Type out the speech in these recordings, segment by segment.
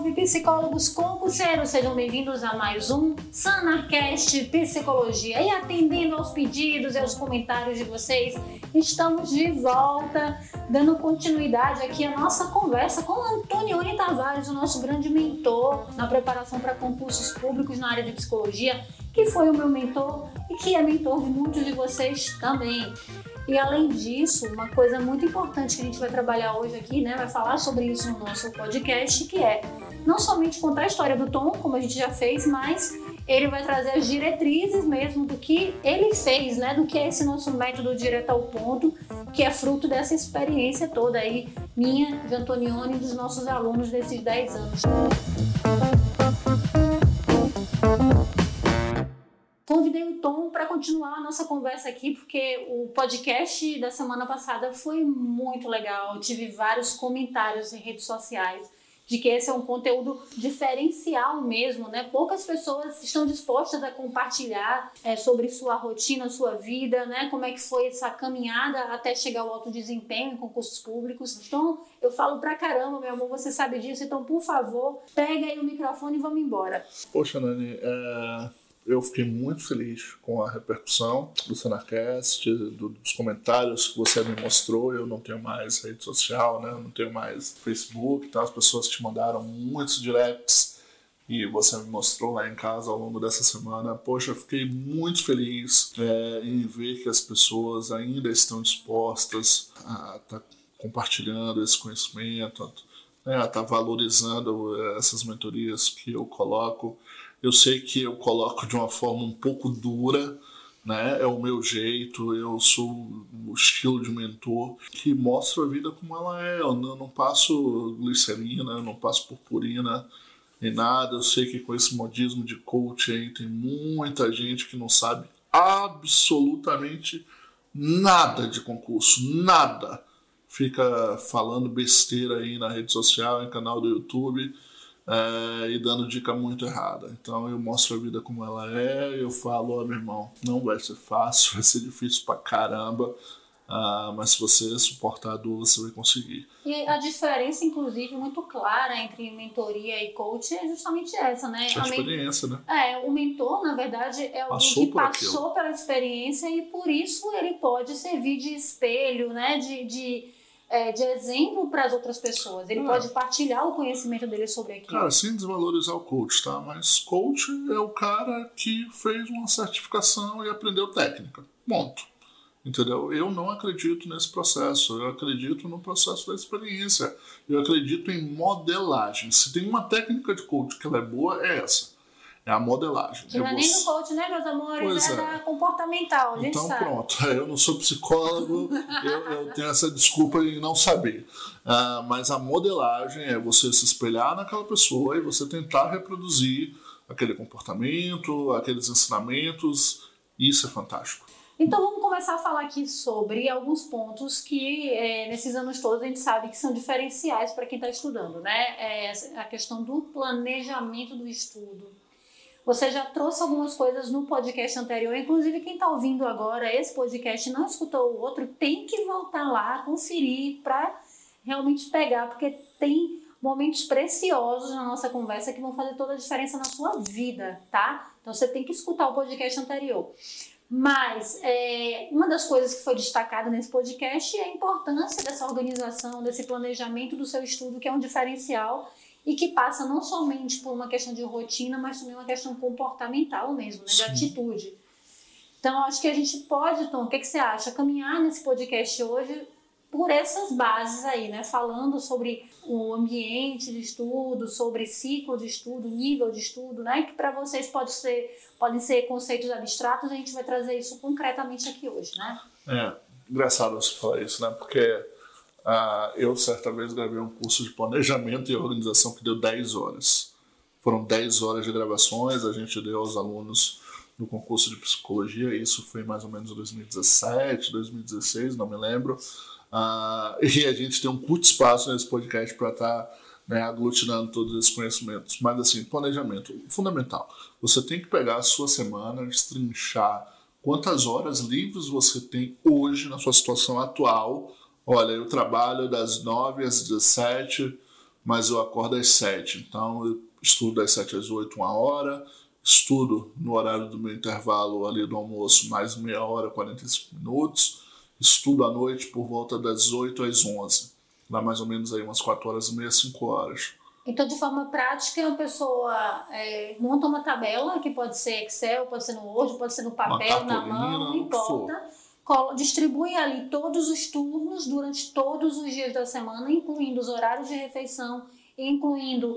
salve, psicólogos concurseiros! Sejam bem-vindos a mais um Sanarcast Psicologia. E atendendo aos pedidos e aos comentários de vocês, estamos de volta, dando continuidade aqui à nossa conversa com Antonioni Tavares, o nosso grande mentor na preparação para concursos públicos na área de psicologia, que foi o meu mentor e que é mentor de muitos de vocês também. E além disso, uma coisa muito importante que a gente vai trabalhar hoje aqui, né, vai falar sobre isso no nosso podcast, que é não somente contar a história do Tom, como a gente já fez, mas ele vai trazer as diretrizes mesmo do que ele fez, né, do que é esse nosso método direto ao ponto, que é fruto dessa experiência toda aí, minha, de Antonioni e dos nossos alunos desses 10 anos. Convidei o Tom para continuar a nossa conversa aqui, porque o podcast da semana passada foi muito legal. Eu tive vários comentários em redes sociais de que esse é um conteúdo diferencial mesmo, né? Poucas pessoas estão dispostas a compartilhar sobre sua rotina, sua vida, né? Como é que foi essa caminhada até chegar ao alto desempenho em concursos públicos. Então, eu falo pra caramba, meu amor, você sabe disso. Então, por favor, pega aí o microfone e vamos embora. Poxa, Nani, eu fiquei muito feliz com a repercussão do Sanarcast, dos comentários que você me mostrou. Eu não tenho mais rede social, né? Eu não tenho mais Facebook, então as pessoas te mandaram muitos directs e você me mostrou lá em casa ao longo dessa semana. Poxa, eu fiquei muito feliz em ver que as pessoas ainda estão dispostas a estar compartilhando esse conhecimento, a estar valorizando essas mentorias que eu coloco. Eu sei que eu coloco de uma forma um pouco dura, né? É o meu jeito, eu sou o estilo de mentor que mostra a vida como ela é. Eu não passo glicerina, eu não passo purpurina nem nada. Eu sei que com esse modismo de coach aí tem muita gente que não sabe absolutamente nada de concurso, nada. Fica falando besteira aí na rede social, em canal do YouTube, e dando dica muito errada. Então eu mostro a vida como ela é, eu falo, meu irmão, não vai ser fácil, vai ser difícil pra caramba, mas se você suportar a dor, você vai conseguir. E a diferença, inclusive, muito clara entre mentoria e coach é justamente essa, né? A experiência, né? O mentor, na verdade, é alguém que passou pela experiência e por isso ele pode servir de espelho, né? De exemplo para as outras pessoas. Ele pode partilhar o conhecimento dele sobre aquilo. Cara, sem desvalorizar o coach, tá? Mas coach é o cara que fez uma certificação e aprendeu técnica. Ponto. Entendeu? Eu não acredito nesse processo. Eu acredito no processo da experiência. Eu acredito em modelagem. Se tem uma técnica de coach que ela é boa, é essa. É a modelagem. Que não é nem do coach, né, meus amores? É da comportamental, a gente então, sabe. Pronto. Eu não sou psicólogo, eu tenho essa desculpa em não saber. Mas a modelagem é você se espelhar naquela pessoa e você tentar reproduzir aquele comportamento, aqueles ensinamentos. Isso é fantástico. Então vamos começar a falar aqui sobre alguns pontos que nesses anos todos a gente sabe que são diferenciais para quem está estudando, né? A questão do planejamento do estudo. Você já trouxe algumas coisas no podcast anterior, inclusive quem está ouvindo agora esse podcast e não escutou o outro, tem que voltar lá, conferir para realmente pegar, porque tem momentos preciosos na nossa conversa que vão fazer toda a diferença na sua vida, tá? Então você tem que escutar o podcast anterior. Mas uma das coisas que foi destacada nesse podcast é a importância dessa organização, desse planejamento do seu estudo, que é um diferencial e que passa não somente por uma questão de rotina, mas também uma questão comportamental mesmo, né, de atitude. Então, acho que a gente pode, Tom, o que você acha? Caminhar nesse podcast hoje por essas bases aí, né? Falando sobre o ambiente de estudo, sobre ciclo de estudo, nível de estudo, né? Que para vocês podem ser conceitos abstratos, a gente vai trazer isso concretamente aqui hoje, né? Engraçado você falar isso, né? Porque eu certa vez gravei um curso de planejamento e organização que deu 10 horas. Foram 10 horas de gravações, a gente deu aos alunos no concurso de psicologia, isso foi mais ou menos em 2017, 2016, não me lembro. E a gente tem um curto espaço nesse podcast para estar aglutinando todos esses conhecimentos. Mas assim, planejamento, fundamental. Você tem que pegar a sua semana, destrinchar quantas horas livres você tem hoje na sua situação atual. Olha, eu trabalho das 9 às 17, mas eu acordo às 7. Então eu estudo das 7 às 8, 1 hora, estudo no horário do meu intervalo ali do almoço mais meia hora, 45 minutos, estudo à noite por volta das 8 às 11. Dá mais ou menos aí umas 4 horas e meia, 5 horas. Então, de forma prática, a pessoa monta uma tabela, que pode ser Excel, pode ser no Word, pode ser no papel, na mão, não importa. Distribui ali todos os turnos durante todos os dias da semana, incluindo os horários de refeição, incluindo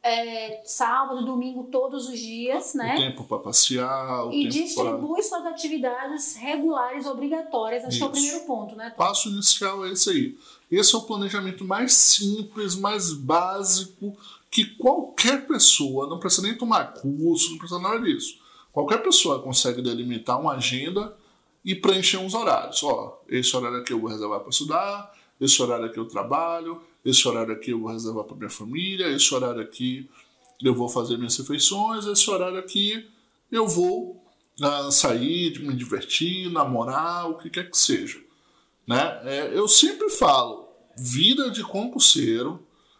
sábado, domingo, todos os dias, né? O tempo para passear, e distribui suas atividades regulares, obrigatórias. Esse é o primeiro ponto, né? Passo inicial é esse aí. Esse é o planejamento mais simples, mais básico, que qualquer pessoa, não precisa nem tomar curso, não precisa nada disso. Qualquer pessoa consegue delimitar uma agenda e preencher uns horários. Esse horário aqui eu vou reservar para estudar, esse horário aqui eu trabalho, esse horário aqui eu vou reservar para minha família, esse horário aqui eu vou fazer minhas refeições, esse horário aqui eu vou sair, me divertir, namorar, o que quer que seja. Né? Eu sempre falo, vida de concurseiro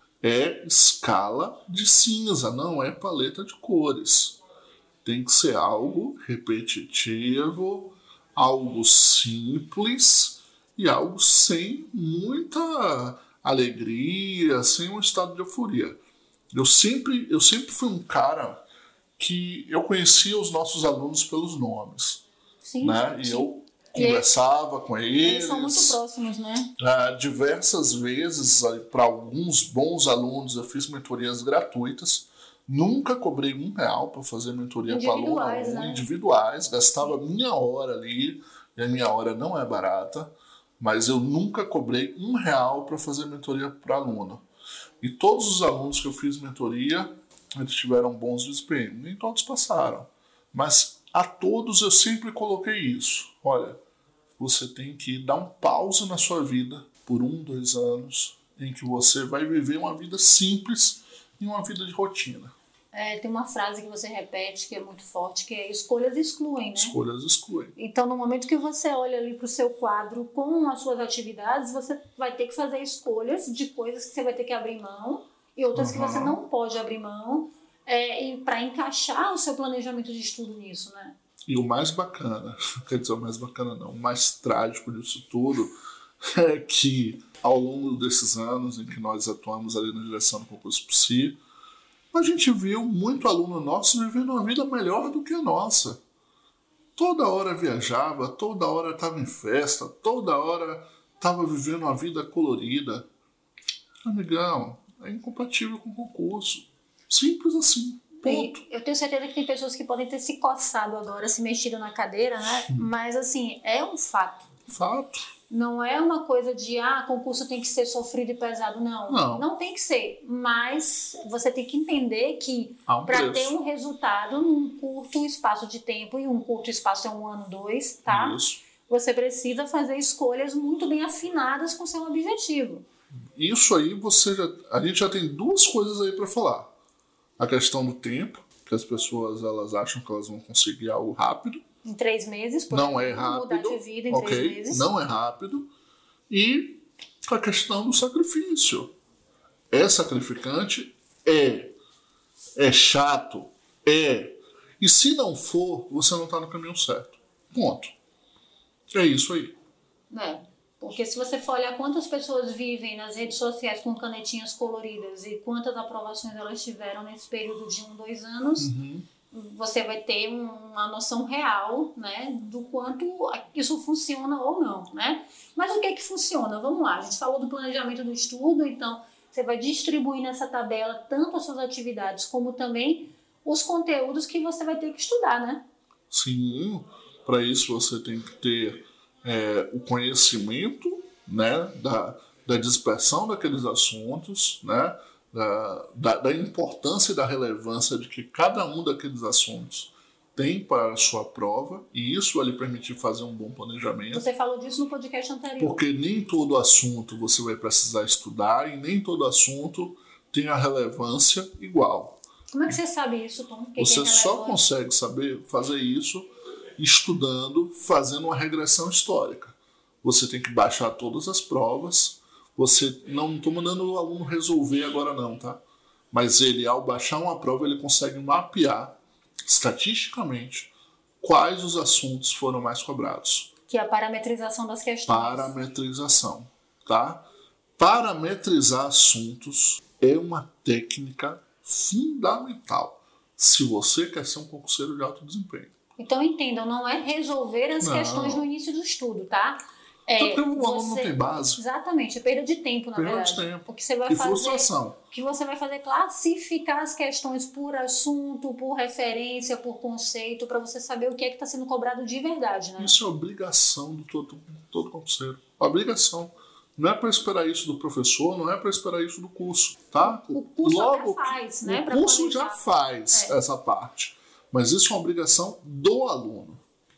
é escala de cinza, não é paleta de cores. Tem que ser algo repetitivo, algo simples e algo sem muita alegria, sem um estado de euforia. Eu sempre fui um cara que eu conhecia os nossos alunos pelos nomes. Sim, né? E sim. eu conversava com eles. São muito próximos, né? Diversas vezes, para alguns bons alunos, eu fiz mentorias gratuitas. Nunca cobrei R$1 para fazer mentoria para aluno, né? Individuais. Gastava minha hora ali, e a minha hora não é barata, mas eu nunca cobrei R$1 para fazer mentoria para aluno. E todos os alunos que eu fiz mentoria, eles tiveram bons desempenhos. Nem todos passaram, mas a todos eu sempre coloquei isso. Olha, você tem que dar um pause na sua vida por 1, 2 anos, em que você vai viver uma vida simples e uma vida de rotina. Tem uma frase que você repete que é muito forte, que é escolhas excluem, né? Escolhas excluem. Então, no momento que você olha ali para o seu quadro com as suas atividades, você vai ter que fazer escolhas de coisas que você vai ter que abrir mão e outras que você não pode abrir mão e para encaixar o seu planejamento de estudo nisso, né? E o mais bacana, quer dizer, o mais bacana não, o mais trágico disso tudo é que ao longo desses anos em que nós atuamos ali na direção do concurso PSI, a gente viu muito aluno nosso vivendo uma vida melhor do que a nossa. Toda hora viajava, toda hora estava em festa, toda hora estava vivendo uma vida colorida. Amigão, é incompatível com o concurso. Simples assim. Ponto. Eu tenho certeza que tem pessoas que podem ter se coçado agora, se mexido na cadeira, né? Mas assim, é um fato. Fato. Não é uma coisa de, concurso tem que ser sofrido e pesado, não. Não tem que ser, mas você tem que entender que para ter um resultado num curto espaço de tempo, e um curto espaço é 1 ano, 2, tá? Isso. Você precisa fazer escolhas muito bem afinadas com seu objetivo. Isso aí, a gente já tem 2 coisas aí para falar. A questão do tempo, que as pessoas elas acham que elas vão conseguir algo rápido. Em 3 meses, não é rápido, mudar de vida em 3 meses. Não é rápido. E a questão do sacrifício. É sacrificante? É chato? E se não for, você não está no caminho certo. Ponto. É isso aí. Porque se você for olhar quantas pessoas vivem nas redes sociais com canetinhas coloridas e quantas aprovações elas tiveram nesse período de 1, 2 anos... você vai ter uma noção real, né, do quanto isso funciona ou não, né? Mas o que é que funciona? Vamos lá, a gente falou do planejamento do estudo, então você vai distribuir nessa tabela tanto as suas atividades como também os conteúdos que você vai ter que estudar, né? Sim, para isso você tem que ter o conhecimento, né, da dispersão daqueles assuntos, né? Da importância e da relevância de que cada um daqueles assuntos tem para a sua prova, e isso vai lhe permitir fazer um bom planejamento. Você falou disso no podcast anterior. Porque nem todo assunto você vai precisar estudar e nem todo assunto tem a relevância igual. Como é que você sabe isso, Tom? Você só consegue fazer isso estudando, fazendo uma regressão histórica. Você tem que baixar todas as provas, Você não estou mandando o aluno resolver agora não, tá? Mas ele, ao baixar uma prova, ele consegue mapear estatisticamente quais os assuntos foram mais cobrados. Que é a parametrização das questões. Parametrização, tá? Parametrizar assuntos é uma técnica fundamental se você quer ser um concurseiro de alto desempenho. Então entendam, não é resolver as questões no início do estudo, tá? Porque o aluno não tem base. Exatamente, é perda de tempo, na verdade. Perda de tempo. O que você vai e fazer, frustração. O que você vai fazer é classificar as questões por assunto, por referência, por conceito, para você saber o que é que está sendo cobrado de verdade, né? Isso é obrigação de todo concurseiro. Obrigação. Não é para esperar isso do professor, não é para esperar isso do curso, tá? O curso já faz, né? O curso já faz essa parte. Mas isso é uma obrigação do aluno.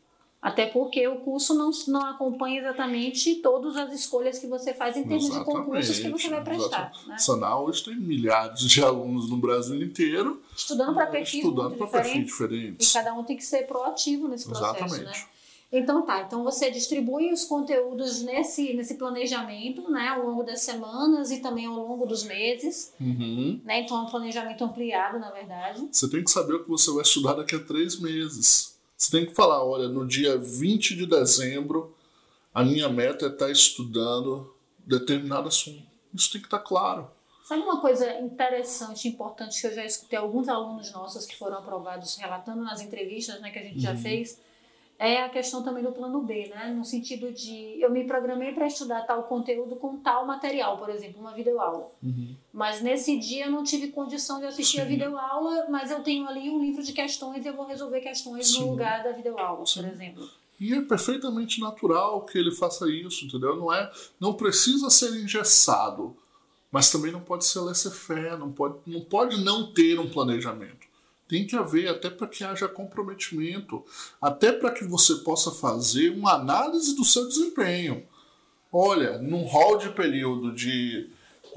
Até porque o curso não acompanha exatamente todas as escolhas que você faz em termos de concursos que você vai prestar. Né? Saná hoje tem milhares de alunos no Brasil inteiro estudando para perfis diferentes. E cada um tem que ser proativo nesse processo. Exatamente. Né? Então então você distribui os conteúdos nesse planejamento, né, ao longo das semanas e também ao longo dos meses. Né? Então é um planejamento ampliado, na verdade. Você tem que saber o que você vai estudar daqui a 3 meses. Você tem que falar, olha, no dia 20 de dezembro, a minha meta é estar estudando determinado assunto. Isso tem que estar claro. Sabe uma coisa interessante, importante, que eu já escutei alguns alunos nossos que foram aprovados relatando nas entrevistas, né, que a gente já fez, é a questão também do plano B, né? No sentido de, eu me programei para estudar tal conteúdo com tal material, por exemplo, uma videoaula. Mas nesse dia eu não tive condição de assistir a videoaula, mas eu tenho ali um livro de questões e eu vou resolver questões no lugar da videoaula, por exemplo. E é perfeitamente natural que ele faça isso, entendeu? Não precisa ser engessado, mas também não pode ser laissez-faire, não pode não ter um planejamento. Tem que haver, até para que haja comprometimento, até para que você possa fazer uma análise do seu desempenho. Olha, num rol de período de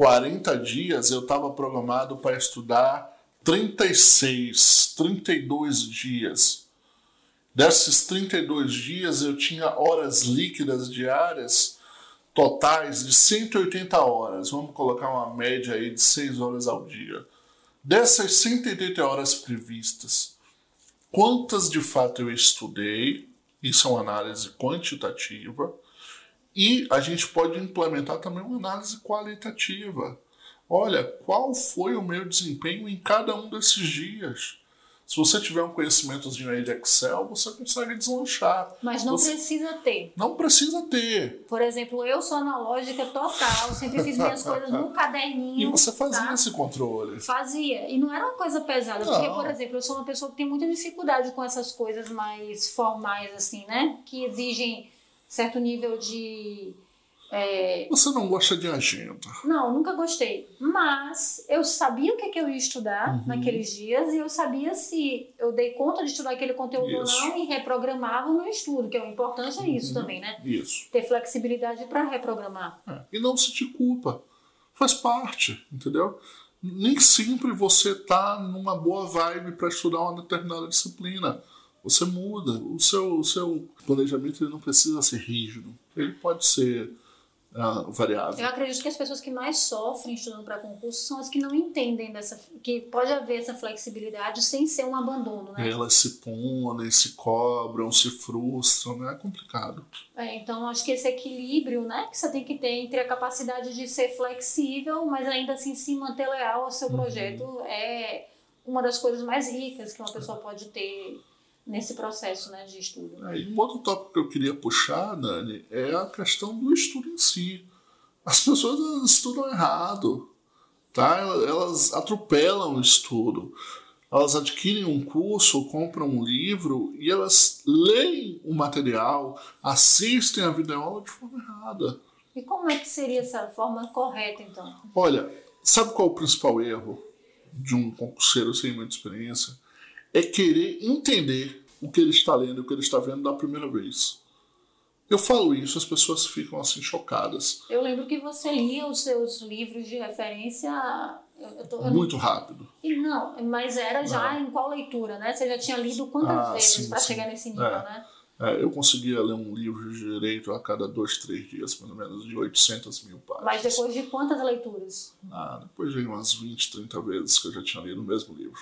40 dias, eu estava programado para estudar 36, 32 dias. Desses 32 dias, eu tinha horas líquidas diárias totais de 180 horas. Vamos colocar uma média aí de 6 horas ao dia. Dessas 180 horas previstas, quantas de fato eu estudei? Isso é uma análise quantitativa. E a gente pode implementar também uma análise qualitativa. Olha, qual foi o meu desempenho em cada um desses dias? Se você tiver um conhecimentozinho aí de Excel, você consegue deslanchar. Mas não precisa ter. Não precisa ter. Por exemplo, eu sou analógica total, sempre fiz minhas coisas no caderninho. E você fazia esse controle? Fazia. E não era uma coisa pesada. Porque, por exemplo, eu sou uma pessoa que tem muita dificuldade com essas coisas mais formais, assim, né? Que exigem certo nível de... Você não gosta de agenda? Não, nunca gostei. Mas eu sabia o que eu ia estudar naqueles dias e eu sabia se eu dei conta de estudar aquele conteúdo ou não e reprogramava o meu estudo, que é o importante é isso também, né? Isso. Ter flexibilidade para reprogramar. E não se te culpa. Faz parte, entendeu? Nem sempre você tá numa boa vibe para estudar uma determinada disciplina. Você muda. O seu planejamento ele não precisa ser rígido. Ele pode ser... variável. Eu acredito que as pessoas que mais sofrem estudando para concurso são as que não entendem que pode haver essa flexibilidade sem ser um abandono, né? Elas se punem, se cobram, se frustram, né? É complicado. Então acho que esse equilíbrio, né, que você tem que ter entre a capacidade de ser flexível, mas ainda assim se manter leal ao seu projeto é uma das coisas mais ricas que uma pessoa pode ter nesse processo, né, de estudo. E um outro tópico que eu queria puxar, Dani, é a questão do estudo em si. As pessoas estudam errado, tá? Elas atropelam o estudo. Elas adquirem um curso, compram um livro e elas leem o material, assistem a videoaula de forma errada. E como é que seria essa forma correta, então? Olha, sabe qual é o principal erro de um concurseiro sem muita experiência? É querer entender o que ele está lendo, o que ele está vendo da primeira vez. Eu falo isso, as pessoas ficam assim chocadas. Eu lembro que você lia os seus livros de referência... Muito rápido. Não, mas era já em qual leitura, né? Você já tinha lido quantas vezes para chegar nesse nível, né? Eu conseguia ler um livro de direito a cada 2, 3 dias, mais ou menos, de 800 mil páginas. Mas depois de quantas leituras? Depois de umas 20, 30 vezes que eu já tinha lido o mesmo livro.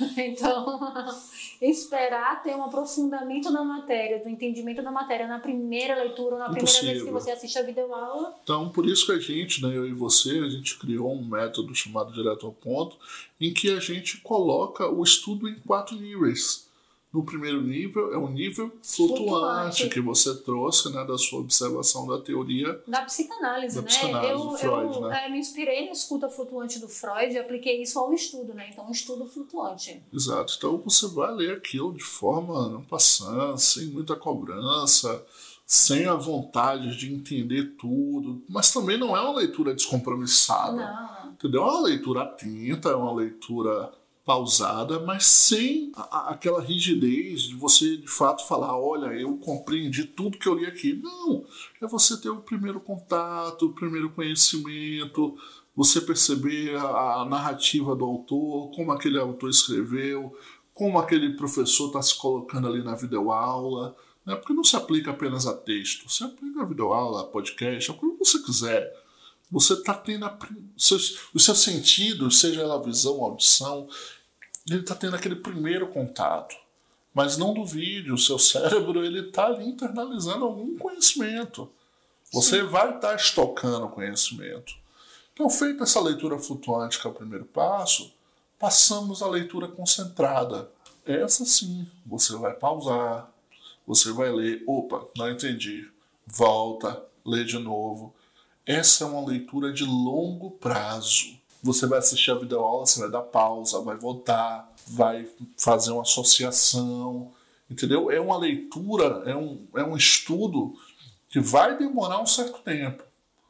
Então, esperar ter um aprofundamento na matéria, do entendimento da matéria na primeira leitura ou na primeira vez que você assiste a videoaula. Então, por isso que a gente, né, eu e você, a gente criou um método chamado Direto ao Ponto, em que a gente coloca o estudo em 4 níveis. No primeiro nível é o nível flutuante que você trouxe, né, da sua observação da teoria da psicanálise, do Freud, né? Eu me inspirei na escuta flutuante do Freud e apliquei isso ao estudo, né? Então, um estudo flutuante. Exato. Então, você vai ler aquilo de forma não passando, sem muita cobrança, sem a vontade de entender tudo, mas também não é uma leitura descompromissada. Não. Entendeu? É uma leitura atenta, é uma leitura pausada, mas sem aquela rigidez de você de fato falar, olha, eu compreendi tudo que eu li aqui. Não, é você ter o primeiro contato, o primeiro conhecimento, você perceber a narrativa do autor, como aquele autor escreveu, como aquele professor está se colocando ali na videoaula, né? Porque não se aplica apenas a texto, se aplica a videoaula, a podcast, a coisa que você quiser. Você está tendo os seus sentidos, seja ela visão, audição, ele está tendo aquele primeiro contato. Mas não duvide, o seu cérebro está ali internalizando algum conhecimento. Você vai estar estocando conhecimento. Então, feita essa leitura flutuante, que é o primeiro passo, passamos à leitura concentrada. Essa sim, você vai pausar, você vai ler, opa, não entendi, volta, lê de novo. Essa é uma leitura de longo prazo. Você vai assistir a videoaula, você vai dar pausa, vai voltar, vai fazer uma associação, entendeu? É uma leitura, é um estudo que vai demorar um certo tempo.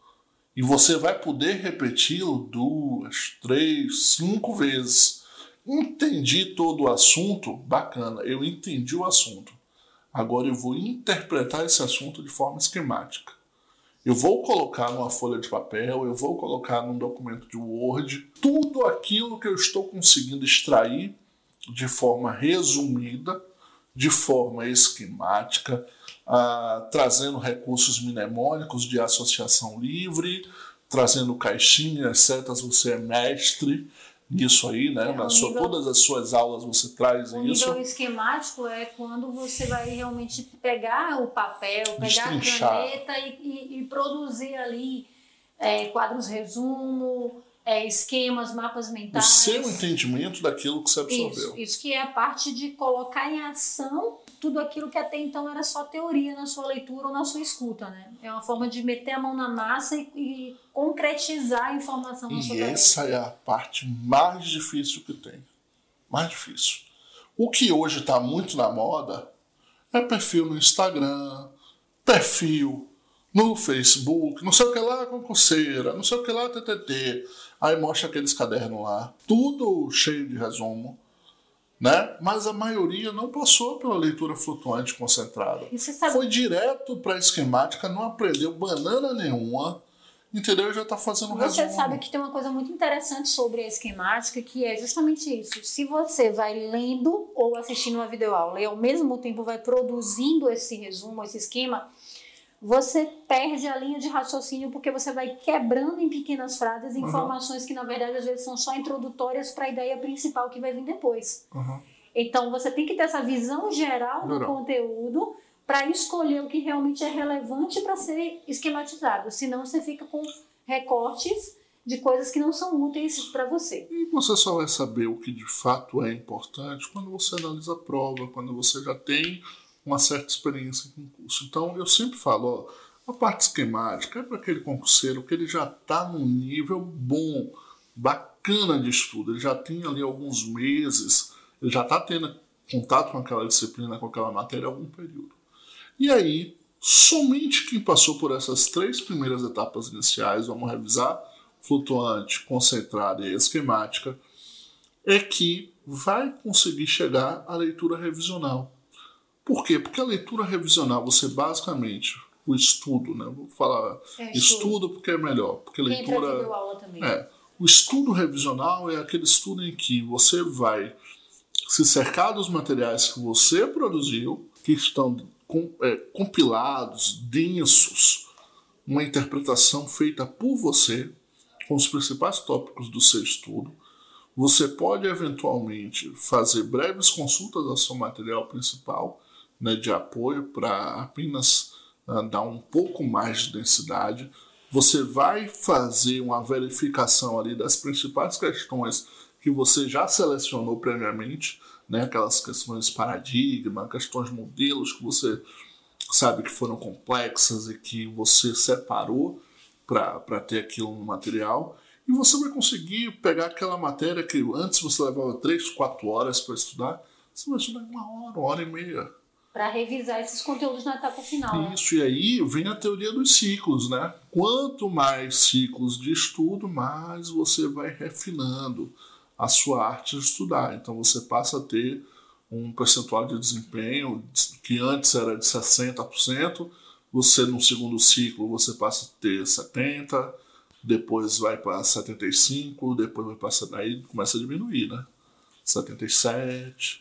E você vai poder repeti-lo 2, 3, 5 vezes. Entendi todo o assunto? Bacana, eu entendi o assunto. Agora eu vou interpretar esse assunto de forma esquemática. Eu vou colocar numa folha de papel, eu vou colocar num documento de Word, tudo aquilo que eu estou conseguindo extrair de forma resumida, de forma esquemática, trazendo recursos mnemônicos de associação livre, trazendo caixinhas, setas, você é mestre nisso aí, né? Todas as suas aulas você traz isso. O nível esquemático é quando você vai realmente pegar o papel, pegar a caneta e produzir ali quadros resumo, esquemas, mapas mentais. O seu entendimento daquilo que você absorveu. Isso que é a parte de colocar em ação tudo aquilo que até então era só teoria na sua leitura ou na sua escuta, né? É uma forma de meter a mão na massa e concretizar a informação na sua cabeça. E essa é a parte mais difícil que tem. Mais difícil. O que hoje está muito na moda é perfil no Instagram, perfil no Facebook, não sei o que lá, concurseira, não sei o que lá, TTT. Aí mostra aqueles cadernos lá, tudo cheio de resumo, né? Mas a maioria não passou pela leitura flutuante concentrada. Foi direto para a esquemática, não aprendeu banana nenhuma, entendeu? E já está fazendo resumo. Você sabe que tem uma coisa muito interessante sobre a esquemática, que é justamente isso. Se você vai lendo ou assistindo uma videoaula e ao mesmo tempo vai produzindo esse resumo, esse esquema, você perde a linha de raciocínio porque você vai quebrando em pequenas frases informações que, na verdade, às vezes são só introdutórias para a ideia principal que vai vir depois. Então, você tem que ter essa visão geral do conteúdo para escolher o que realmente é relevante para ser esquematizado. Senão, você fica com recortes de coisas que não são úteis para você. E você só vai saber o que de fato é importante quando você analisa a prova, quando você já tem uma certa experiência com o curso. Então, eu sempre falo, a parte esquemática é para aquele concurseiro que ele já está num nível bom, bacana de estudo, ele já tem ali alguns meses, ele já está tendo contato com aquela disciplina, com aquela matéria há algum período. E aí, somente quem passou por essas 3 primeiras etapas iniciais, vamos revisar, flutuante, concentrada e esquemática, é que vai conseguir chegar à leitura revisional. Por quê? Porque a leitura revisional, você basicamente, o estudo, né? Vou falar estudo porque é melhor. Porque leitura. Aula também. O estudo revisional é aquele estudo em que você vai se cercar dos materiais que você produziu, que estão compilados, densos, uma interpretação feita por você, com os principais tópicos do seu estudo. Você pode, eventualmente, fazer breves consultas ao seu material principal, né, de apoio, para apenas dar um pouco mais de densidade. Você vai fazer uma verificação ali das principais questões que você já selecionou previamente, né, aquelas questões paradigma, questões modelos que você sabe que foram complexas e que você separou para ter aquilo no material. E você vai conseguir pegar aquela matéria que antes você levava 3, 4 horas para estudar, você vai estudar em 1 hora, 1h30. Para revisar esses conteúdos na etapa final. Isso, e aí vem a teoria dos ciclos, né? Quanto mais ciclos de estudo, mais você vai refinando a sua arte de estudar. Então você passa a ter um percentual de desempenho que antes era de 60%, você no segundo ciclo você passa a ter 70%, depois vai para 75%, depois vai passar, aí começa a diminuir, né? 77%,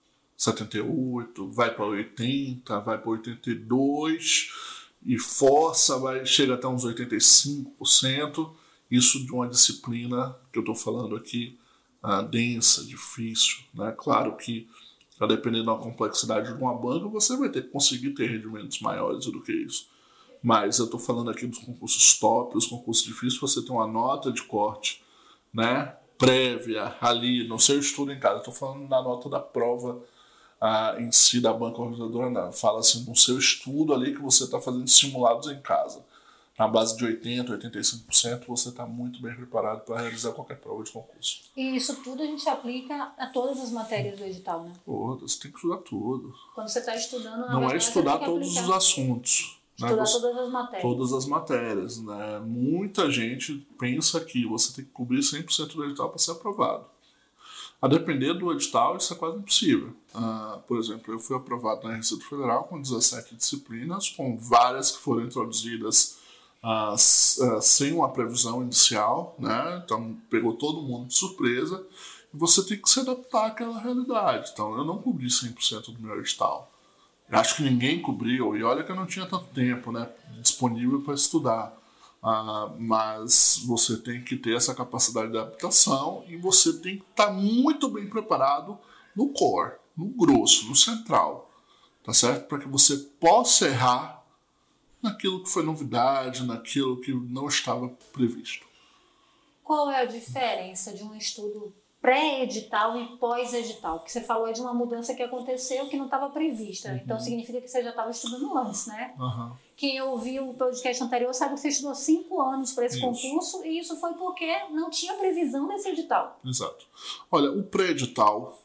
78%, vai para 80%, vai para 82% e força, chega até uns 85%. Isso de uma disciplina que eu estou falando aqui, densa, difícil, né? Claro que, dependendo da complexidade de uma banca, você vai ter que conseguir ter rendimentos maiores do que isso. Mas eu estou falando aqui dos concursos top, os concursos difíceis, você tem uma nota de corte, né, prévia ali no seu estudo em casa. Estou falando da nota da prova em si da banca organizadora, não. Fala assim no seu estudo ali que você está fazendo simulados em casa. Na base de 80%, 85%, você está muito bem preparado para realizar qualquer prova de concurso. E isso tudo a gente aplica a todas as matérias do edital, né? Todas, tem que estudar tudo. Quando você está estudando... Não é estudar todos os assuntos. Estudar todas as matérias. Todas as matérias, né? Muita gente pensa que você tem que cobrir 100% do edital para ser aprovado. A depender do edital, isso é quase impossível. Por exemplo, eu fui aprovado na Receita Federal com 17 disciplinas, com várias que foram introduzidas sem uma previsão inicial, né? Então pegou todo mundo de surpresa e você tem que se adaptar àquela realidade. Então eu não cobri 100% do meu edital. Eu acho que ninguém cobriu, e olha que eu não tinha tanto tempo, né, disponível para estudar. Mas você tem que ter essa capacidade de adaptação e você tem que estar muito bem preparado no core, no grosso, no central, tá certo? Para que você possa errar naquilo que foi novidade, naquilo que não estava previsto. Qual é a diferença de um estudo pré-edital e pós-edital? Porque você falou de uma mudança que aconteceu que não estava prevista. Uhum. Então significa que você já estava estudando antes, né? Uhum. Quem ouviu o podcast anterior sabe que você estudou 5 anos para esse concurso, e isso foi porque não tinha previsão desse edital. Exato. Olha, o pré-edital,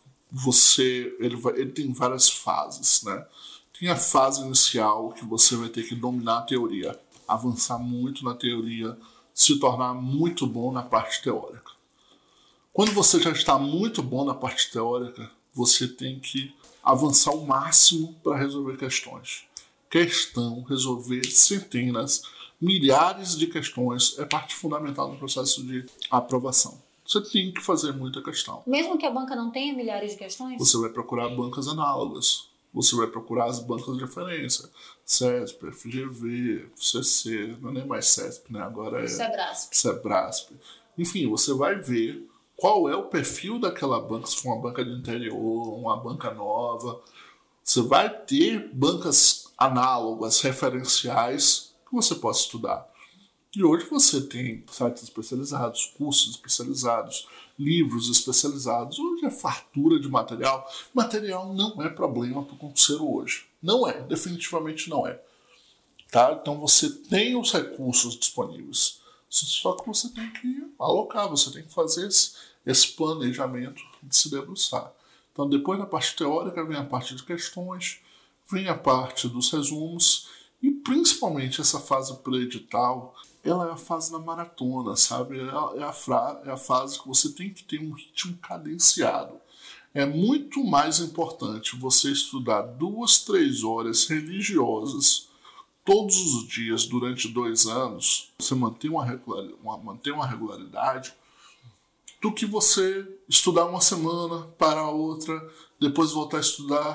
ele tem várias fases, né? Tem a fase inicial que você vai ter que dominar a teoria, avançar muito na teoria, se tornar muito bom na parte teórica. Quando você já está muito bom na parte teórica, você tem que avançar o máximo para resolver questões. Resolver centenas, milhares de questões é parte fundamental no processo de aprovação. Você tem que fazer muita questão. Mesmo que a banca não tenha milhares de questões? Você vai procurar bancas análogas. Você vai procurar as bancas de referência. CESP, FGV, CC, não é nem mais CESP, né? Agora é Sebrasp. Enfim, você vai ver qual é o perfil daquela banca, se for uma banca de interior, uma banca nova. Você vai ter bancas análogas, referenciais, que você possa estudar. E hoje você tem sites especializados, cursos especializados, livros especializados. Hoje é fartura de material. Material não é problema para o concurseiro hoje. Não é, definitivamente não é. Tá? Então você tem os recursos disponíveis. Só que você tem que alocar, você tem que fazer esse planejamento de se debruçar. Então depois da parte teórica vem a parte de questões, vem a parte dos resumos e principalmente essa fase pré-edital, ela é a fase da maratona, sabe? É a fase que você tem que ter um ritmo cadenciado. É muito mais importante você estudar 2, 3 horas religiosas todos os dias durante 2 anos, você manter uma regularidade, do que você estudar uma semana para a outra, depois voltar a estudar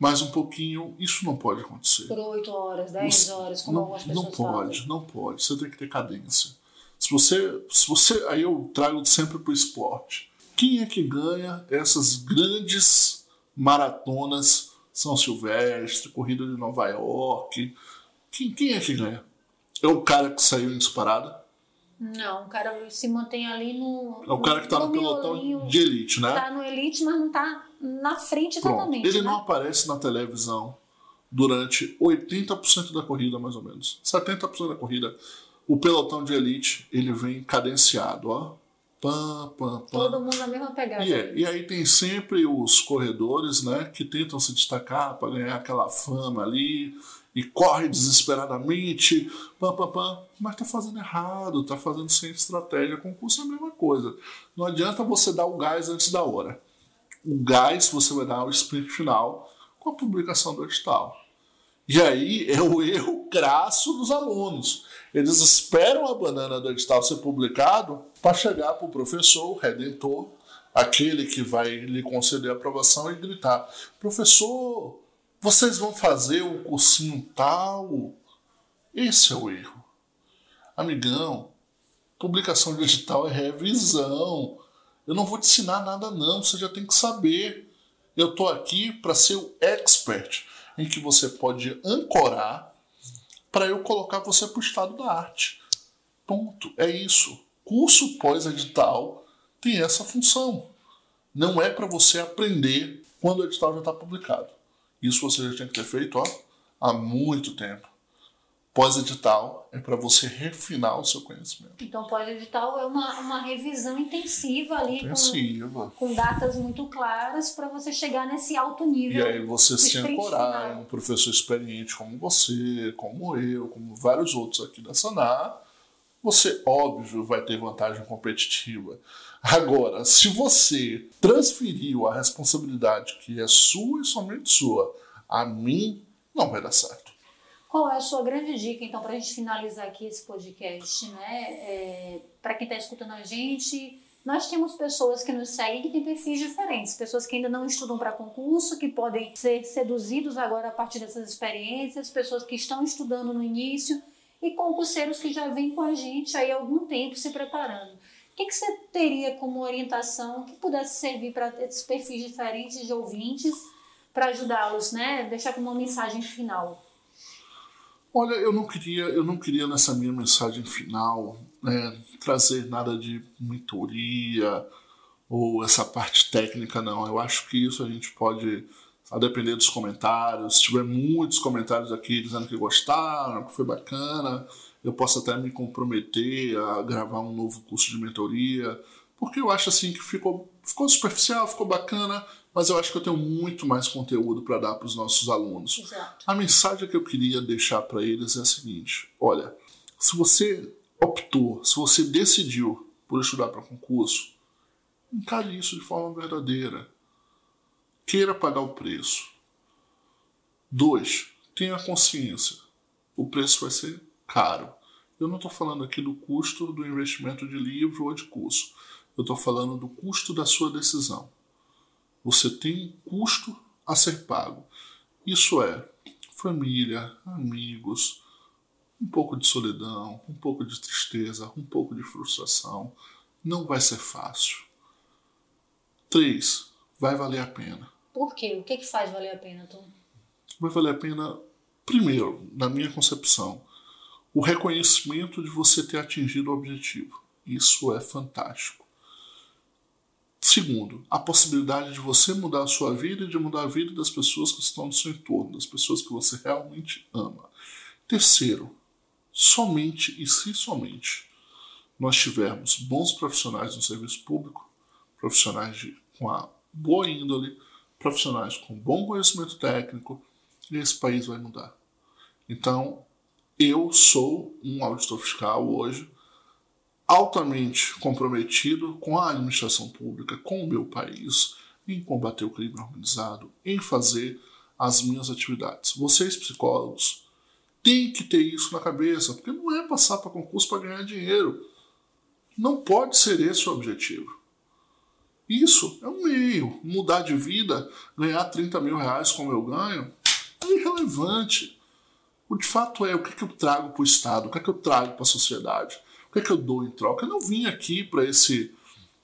mais um pouquinho, isso não pode acontecer. Por 8 horas, 10 horas, como algumas pessoas falam. Não pode. Você tem que ter cadência. Se você, aí eu trago sempre pro esporte. Quem é que ganha essas grandes maratonas São Silvestre, Corrida de Nova York? Quem é que ganha? É o cara que saiu em disparada? Não, o cara se mantém ali no... É o cara que tá no pelotão de elite, né? Tá no elite, mas não tá na frente exatamente. Ele não aparece na televisão durante 80% da corrida, mais ou menos. 70% da corrida. O pelotão de elite, ele vem cadenciado, ó. Pam, pam, pam. Todo mundo na mesma pegada. E aí tem sempre os corredores, né, que tentam se destacar para ganhar aquela fama ali e corre desesperadamente, pam, pam, pam, mas tá fazendo errado, tá fazendo sem estratégia. Concurso é a mesma coisa. Não adianta você dar o gás antes da hora. O gás você vai dar ao sprint final com a publicação do edital. E aí é o erro crasso dos alunos. Eles esperam a banana do edital ser publicado para chegar para o professor, o redentor, aquele que vai lhe conceder a aprovação e gritar: professor, vocês vão fazer o cursinho tal? Esse é o erro. Amigão, publicação de edital é revisão. Eu não vou te ensinar nada não, você já tem que saber. Eu estou aqui para ser o expert, em que você pode ancorar para eu colocar você para o estado da arte. Ponto. É isso. Curso pós-edital tem essa função. Não é para você aprender quando o edital já está publicado. Isso você já tinha que ter feito há muito tempo. Pós-edital é para você refinar o seu conhecimento. Então, pós-edital é uma revisão intensiva ali, com datas muito claras para você chegar nesse alto nível. E aí você se ancorar em um professor experiente como você, como eu, como vários outros aqui da Sanar, você, óbvio, vai ter vantagem competitiva. Agora, se você transferiu a responsabilidade que é sua e somente sua a mim, não vai dar certo. Qual é a sua grande dica, então, para a gente finalizar aqui esse podcast, né? Para quem está escutando a gente, nós temos pessoas que nos seguem que têm perfis diferentes, pessoas que ainda não estudam para concurso, que podem ser seduzidos agora a partir dessas experiências, pessoas que estão estudando no início e concurseiros que já vêm com a gente aí há algum tempo se preparando. O que você teria como orientação que pudesse servir para esses perfis diferentes de ouvintes para ajudá-los, né? Deixar como uma mensagem final? Olha, eu não queria nessa minha mensagem final trazer nada de mentoria ou essa parte técnica, não. Eu acho que isso a gente pode, a depender dos comentários. Se tiver muitos comentários aqui dizendo que gostaram, que foi bacana, eu posso até me comprometer a gravar um novo curso de mentoria, porque eu acho assim que ficou superficial, ficou bacana, mas eu acho que eu tenho muito mais conteúdo para dar para os nossos alunos. Exato. A mensagem que eu queria deixar para eles é a seguinte: olha, se você optou, se você decidiu por estudar para concurso, encare isso de forma verdadeira. Queira pagar o preço. 2, tenha consciência. O preço vai ser caro. Eu não estou falando aqui do custo do investimento de livro ou de curso. Eu estou falando do custo da sua decisão. Você tem um custo a ser pago. Isso é família, amigos, um pouco de solidão, um pouco de tristeza, um pouco de frustração. Não vai ser fácil. 3, vai valer a pena. Por quê? O que faz valer a pena, Tom? Vai valer a pena, primeiro, na minha concepção, o reconhecimento de você ter atingido o objetivo. Isso é fantástico. Segundo, a possibilidade de você mudar a sua vida e de mudar a vida das pessoas que estão no seu entorno, das pessoas que você realmente ama. Terceiro, somente e se somente nós tivermos bons profissionais no serviço público, profissionais com a boa índole, profissionais com bom conhecimento técnico, esse país vai mudar. Então, eu sou um auditor fiscal hoje, altamente comprometido com a administração pública, com o meu país, em combater o crime organizado, em fazer as minhas atividades. Vocês, psicólogos, têm que ter isso na cabeça, porque não é passar para concurso para ganhar dinheiro. Não pode ser esse o objetivo. Isso é um meio. Mudar de vida, ganhar 30 mil reais como eu ganho, é irrelevante. O de fato é o que eu trago para o Estado, o que eu trago para a sociedade, o que eu dou em troca. Eu não vim aqui para esse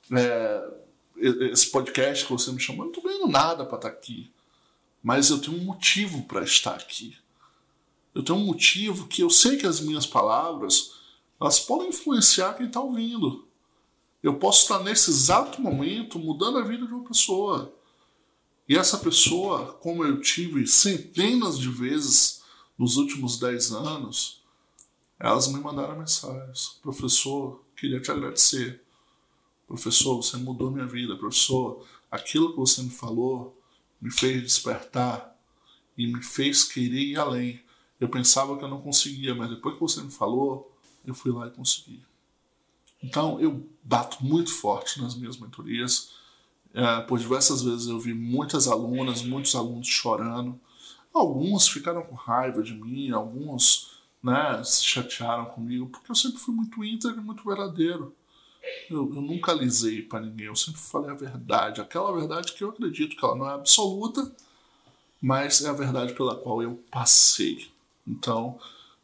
podcast que você me chamou, eu não estou ganhando nada para estar aqui. Mas eu tenho um motivo para estar aqui. Eu tenho um motivo que eu sei que as minhas palavras, elas podem influenciar quem está ouvindo. Eu posso estar nesse exato momento mudando a vida de uma pessoa. E essa pessoa, como eu tive centenas de vezes nos últimos 10 anos, elas me mandaram mensagens. Professor, queria te agradecer. Professor, você mudou minha vida. Professor, aquilo que você me falou me fez despertar e me fez querer ir além. Eu pensava que eu não conseguia, mas depois que você me falou, eu fui lá e consegui. Então, eu bato muito forte nas minhas mentorias. Por diversas vezes eu vi muitas alunas, muitos alunos chorando. Alguns ficaram com raiva de mim, alguns se chatearam comigo, porque eu sempre fui muito íntegro e muito verdadeiro. Eu nunca alisei para ninguém, eu sempre falei a verdade. Aquela verdade que eu acredito que ela não é absoluta, mas é a verdade pela qual eu passei. Então,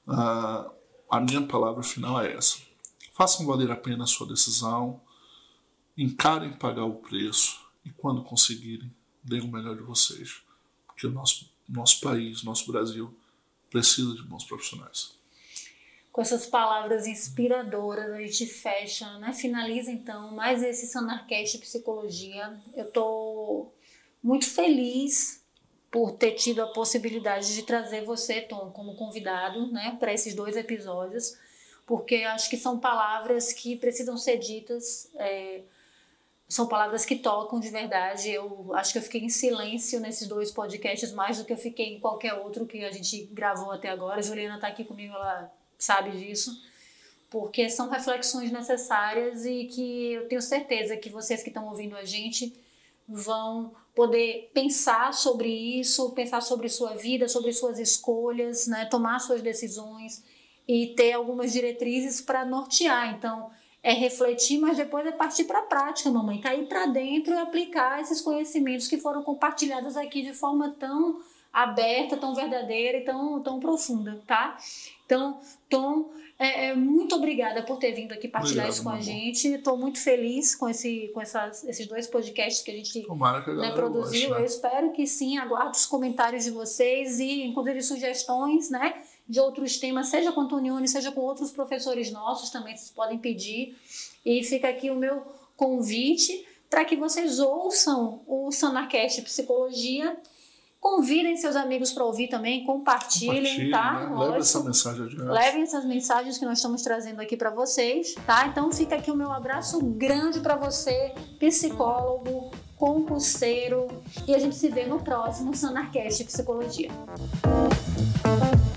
a minha palavra final é essa. Façam valer a pena a sua decisão, encarem pagar o preço e quando conseguirem, deem o melhor de vocês. Porque o nosso país, nosso Brasil, precisa de bons profissionais. Com essas palavras inspiradoras, a gente fecha, finaliza então mais esse Sanarcast Psicologia. Eu estou muito feliz por ter tido a possibilidade de trazer você, Tom, como convidado, para esses 2 episódios, porque acho que são palavras que precisam ser ditas, são palavras que tocam de verdade. Eu acho que eu fiquei em silêncio nesses 2 podcasts, mais do que eu fiquei em qualquer outro que a gente gravou até agora. A Juliana está aqui comigo, ela sabe disso, porque são reflexões necessárias e que eu tenho certeza que vocês que estão ouvindo a gente vão poder pensar sobre isso, pensar sobre sua vida, sobre suas escolhas, tomar suas decisões e ter algumas diretrizes para nortear. Então, é refletir, mas depois é partir para a prática, mamãe. Cair para dentro e aplicar esses conhecimentos que foram compartilhados aqui de forma tão aberta, tão verdadeira e tão profunda, tá? Então, Tom, muito obrigada por ter vindo aqui partilhar isso com a gente. Estou muito feliz com esses 2 podcasts que a gente produziu. Eu espero que sim, aguardo os comentários de vocês e, inclusive, sugestões, de outros temas, seja com a Antonioni, seja com outros professores nossos, também vocês podem pedir. E fica aqui o meu convite para que vocês ouçam o Sanarcast Psicologia. Convidem seus amigos para ouvir também, compartilhem, tá? Leve essa mensagem adiante. Levem essas mensagens que nós estamos trazendo aqui para vocês, tá? Então fica aqui o meu abraço grande para você, psicólogo, concurseiro, e a gente se vê no próximo Sanarcast Psicologia.